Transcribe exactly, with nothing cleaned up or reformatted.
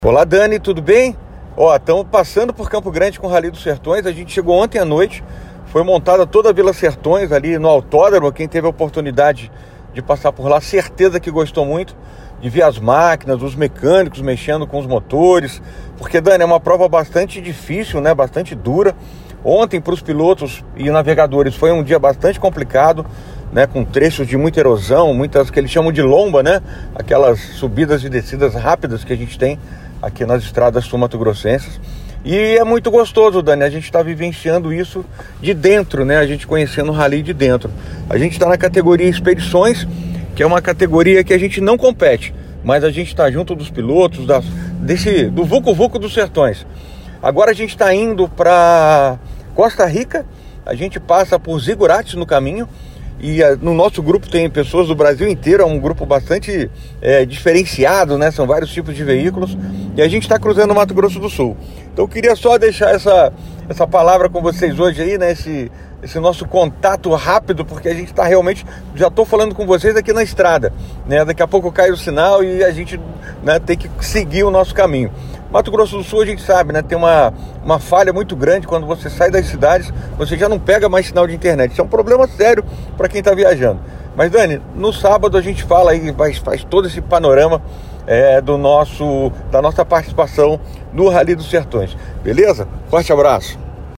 Olá, Dani, tudo bem? Ó, estamos passando por Campo Grande com o Rally dos Sertões. A gente chegou ontem à noite, foi montada toda a Vila Sertões ali no autódromo. Quem teve a oportunidade de passar por lá, certeza que gostou muito de ver as máquinas, os mecânicos mexendo com os motores, porque, Dani, é uma prova bastante difícil, né? Bastante dura. Ontem, para os pilotos e navegadores, foi um dia bastante complicado, né, com trechos de muita erosão, muitas que eles chamam de lomba, né? Aquelas subidas e descidas rápidas que a gente tem aqui nas estradas sul-mato-grossenses. E é muito gostoso, Dani, a gente está vivenciando isso de dentro, né? A gente conhecendo o rally de dentro. A gente está na categoria Expedições, que é uma categoria que a gente não compete, mas a gente está junto dos pilotos, das, desse, do Vucu Vucu dos Sertões. Agora a gente está indo para Costa Rica, a gente passa por Zigurates no caminho. E uh, no nosso grupo tem pessoas do Brasil inteiro, é um grupo bastante é, diferenciado, né? São vários tipos de veículos. E a gente está cruzando o Mato Grosso do Sul. Então eu queria só deixar essa, essa palavra com vocês hoje aí, né? Esse, esse nosso contato rápido, porque a gente está realmente... Já estou falando com vocês aqui na estrada, né? Daqui a pouco cai o sinal e a gente, né, tem que seguir o nosso caminho. Mato Grosso do Sul, a gente sabe, né, tem uma, uma falha muito grande. Quando você sai das cidades, você já não pega mais sinal de internet. Isso é um problema sério para quem está viajando. Mas, Dani, no sábado a gente fala aí, faz, faz todo esse panorama é, do nosso, da nossa participação no Rally dos Sertões. Beleza? Forte abraço!